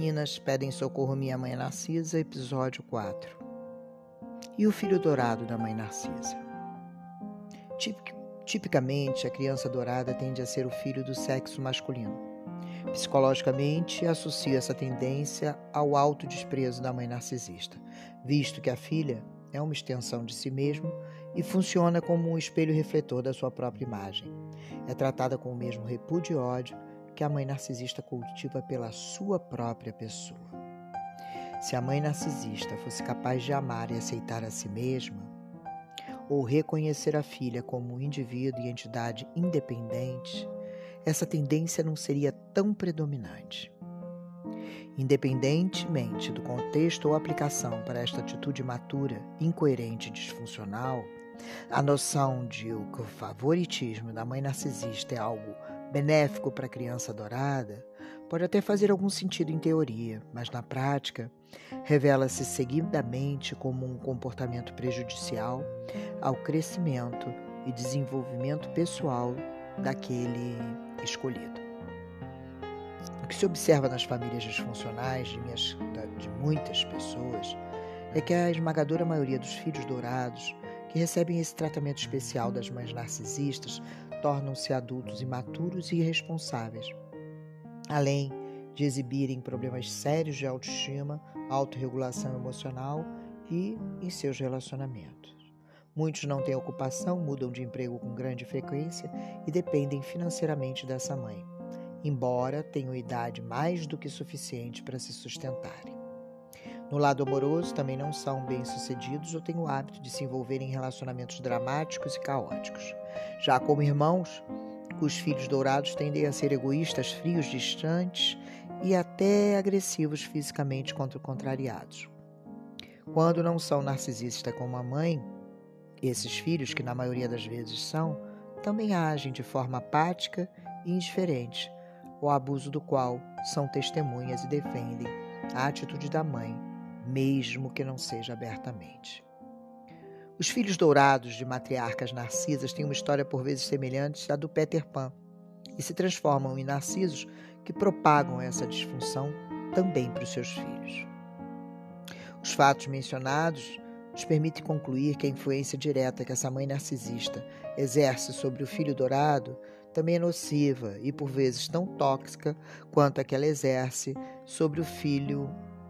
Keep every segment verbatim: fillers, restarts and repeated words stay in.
meninas pedem socorro à minha mãe Narcisa, episódio quatro. E o filho dourado da mãe Narcisa? Tip- tipicamente, a criança dourada tende a ser o filho do sexo masculino. Psicologicamente, associa essa tendência ao autodesprezo da mãe narcisista, visto que a filha é uma extensão de si mesmo e funciona como um espelho refletor da sua própria imagem. É tratada com o mesmo repúdio e ódio que a mãe narcisista cultiva pela sua própria pessoa. Se a mãe narcisista fosse capaz de amar e aceitar a si mesma, ou reconhecer a filha como um indivíduo e entidade independente, essa tendência não seria tão predominante. Independentemente do contexto ou aplicação para esta atitude imatura, incoerente e disfuncional, a noção de que o favoritismo da mãe narcisista é algo benéfico para a criança dourada pode até fazer algum sentido em teoria, mas na prática revela-se seguidamente como um comportamento prejudicial ao crescimento e desenvolvimento pessoal daquele escolhido. O que se observa nas famílias disfuncionais de, minhas, de muitas pessoas é que a esmagadora maioria dos filhos dourados que recebem esse tratamento especial das mães narcisistas tornam-se adultos imaturos e irresponsáveis, além de exibirem problemas sérios de autoestima, autorregulação emocional e em seus relacionamentos. Muitos não têm ocupação, mudam de emprego com grande frequência e dependem financeiramente dessa mãe, embora tenham idade mais do que suficiente para se sustentarem. No lado amoroso, também não são bem-sucedidos ou têm o hábito de se envolver em relacionamentos dramáticos e caóticos. Já como irmãos, os filhos dourados tendem a ser egoístas, frios, distantes e até agressivos fisicamente contra contrariados. Quando não são narcisistas como a mãe, esses filhos, que na maioria das vezes são, também agem de forma apática e indiferente, o abuso do qual são testemunhas e defendem a atitude da mãe, mesmo que não seja abertamente. Os filhos dourados de matriarcas narcisas têm uma história por vezes semelhante à do Peter Pan e se transformam em narcisos que propagam essa disfunção também para os seus filhos. Os fatos mencionados nos permitem concluir que a influência direta que essa mãe narcisista exerce sobre o filho dourado também é nociva e por vezes tão tóxica quanto a que ela exerce sobre o filho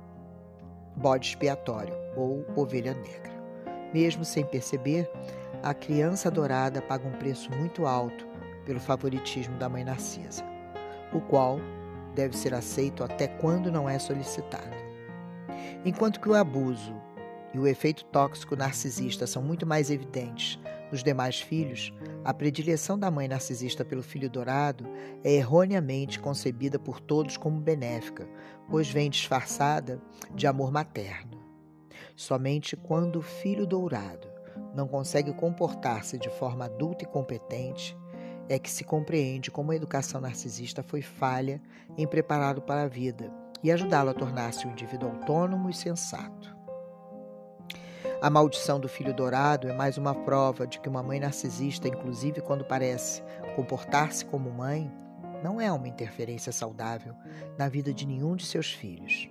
bode expiatório ou ovelha negra. Mesmo sem perceber, a criança dourada paga um preço muito alto pelo favoritismo da mãe narcisa, o qual deve ser aceito até quando não é solicitado. Enquanto que o abuso e o efeito tóxico narcisista são muito mais evidentes nos demais filhos, a predileção da mãe narcisista pelo filho dourado é erroneamente concebida por todos como benéfica, pois vem disfarçada de amor materno. Somente quando o filho dourado não consegue comportar-se de forma adulta e competente é que se compreende como a educação narcisista foi falha em prepará-lo para a vida e ajudá-lo a tornar-se um indivíduo autônomo e sensato. A maldição do filho dourado é mais uma prova de que uma mãe narcisista, inclusive quando parece comportar-se como mãe, não é uma interferência saudável na vida de nenhum de seus filhos.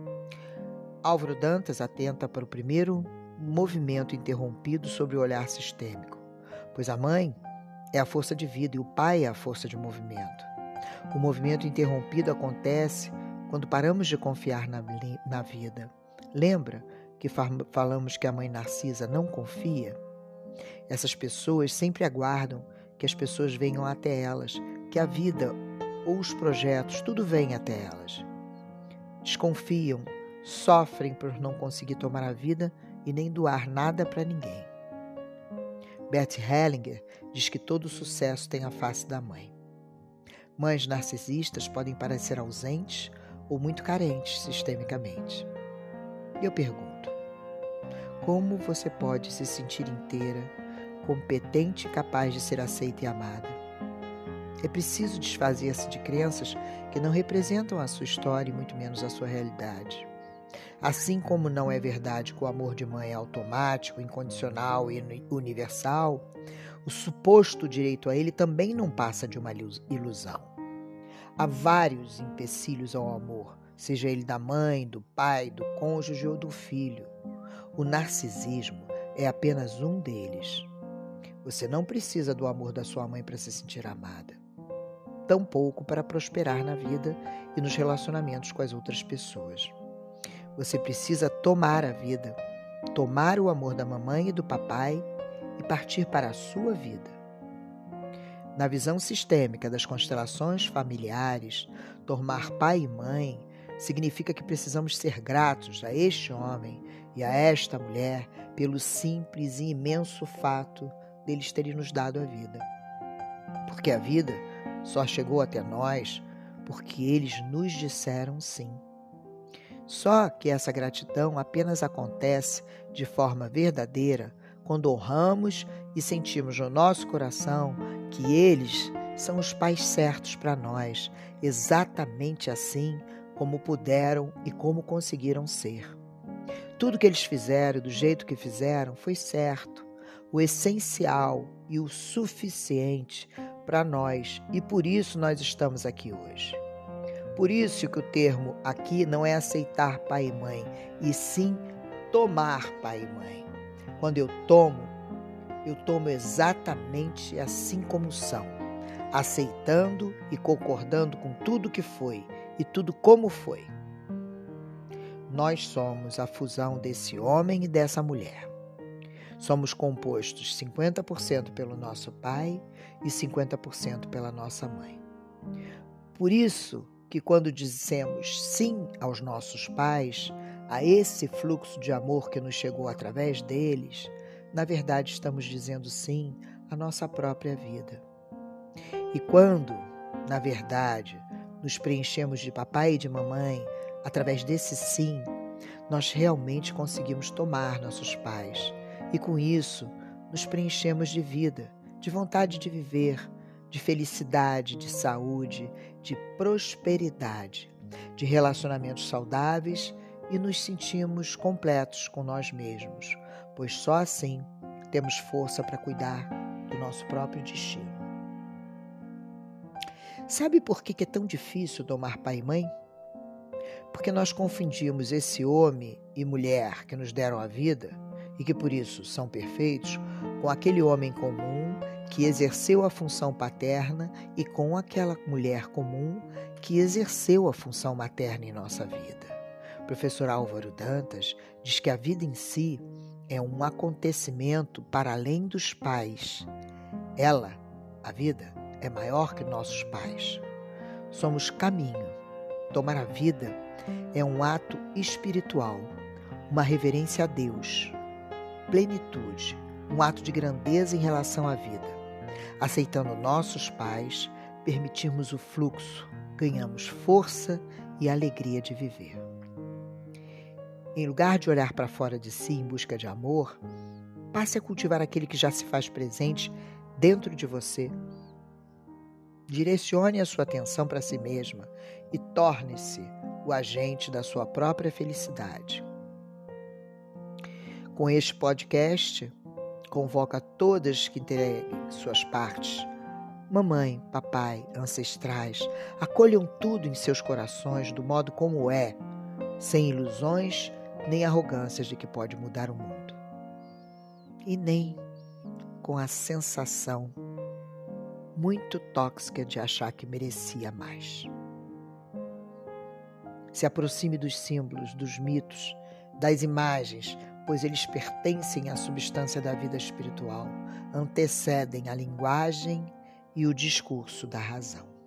Álvaro Dantas atenta para o primeiro movimento interrompido sobre o olhar sistêmico, pois a mãe é a força de vida e o pai é a força de movimento. O movimento interrompido acontece quando paramos de confiar na, na vida. Lembra que falamos que a mãe narcisa não confia? Essas pessoas sempre aguardam que as pessoas venham até elas, que a vida ou os projetos, tudo vem até elas. Desconfiam, sofrem por não conseguir tomar a vida e nem doar nada para ninguém. Bert Hellinger diz que todo sucesso tem a face da mãe. Mães narcisistas podem parecer ausentes ou muito carentes sistemicamente. E eu pergunto, como você pode se sentir inteira, competente e capaz de ser aceita e amada? É preciso desfazer-se de crenças que não representam a sua história e muito menos a sua realidade. Assim como não é verdade que o amor de mãe é automático, incondicional e universal, o suposto direito a ele também não passa de uma ilusão. Há vários empecilhos ao amor, seja ele da mãe, do pai, do cônjuge ou do filho. O narcisismo é apenas um deles. Você não precisa do amor da sua mãe para se sentir amada, tampouco para prosperar na vida e nos relacionamentos com as outras pessoas. Você precisa tomar a vida, tomar o amor da mamãe e do papai e partir para a sua vida. Na visão sistêmica das constelações familiares, tomar pai e mãe significa que precisamos ser gratos a este homem e a esta mulher pelo simples e imenso fato deles terem nos dado a vida. Porque a vida só chegou até nós porque eles nos disseram sim. Só que essa gratidão apenas acontece de forma verdadeira quando honramos e sentimos no nosso coração que eles são os pais certos para nós, exatamente assim como puderam e como conseguiram ser. Tudo que eles fizeram, do jeito que fizeram, foi certo, o essencial e o suficiente para nós, e por isso nós estamos aqui hoje. Por isso que o termo aqui não é aceitar pai e mãe, e sim tomar pai e mãe. Quando eu tomo, eu tomo exatamente assim como são, aceitando e concordando com tudo que foi e tudo como foi. Nós somos a fusão desse homem e dessa mulher. Somos compostos cinquenta por cento pelo nosso pai e cinquenta por cento pela nossa mãe. Por isso que quando dizemos sim aos nossos pais, a esse fluxo de amor que nos chegou através deles, na verdade estamos dizendo sim à nossa própria vida. E quando, na verdade, nos preenchemos de papai e de mamãe, através desse sim, nós realmente conseguimos tomar nossos pais. E com isso, nos preenchemos de vida, de vontade de viver, de felicidade, de saúde, de prosperidade, de relacionamentos saudáveis e nos sentimos completos com nós mesmos, pois só assim temos força para cuidar do nosso próprio destino. Sabe por que é tão difícil tomar pai e mãe? Porque nós confundimos esse homem e mulher que nos deram a vida e que por isso são perfeitos com aquele homem comum que exerceu a função paterna e com aquela mulher comum que exerceu a função materna em nossa vida. O professor Álvaro Dantas diz que a vida em si é um acontecimento para além dos pais. Ela, a vida, é maior que nossos pais. Somos caminho. Tomar a vida é um ato espiritual, uma reverência a Deus, plenitude, um ato de grandeza em relação à vida. Aceitando nossos pais, permitirmos o fluxo, ganhamos força e alegria de viver. Em lugar de olhar para fora de si em busca de amor, passe a cultivar aquele que já se faz presente dentro de você. Direcione a sua atenção para si mesma e torne-se o agente da sua própria felicidade. Com este podcast, convoca todas que entreguem suas partes. Mamãe, papai, ancestrais, acolham tudo em seus corações do modo como é, sem ilusões nem arrogâncias de que pode mudar o mundo. E nem com a sensação muito tóxica de achar que merecia mais. Se aproxime dos símbolos, dos mitos, das imagens, pois eles pertencem à substância da vida espiritual, antecedem a linguagem e o discurso da razão.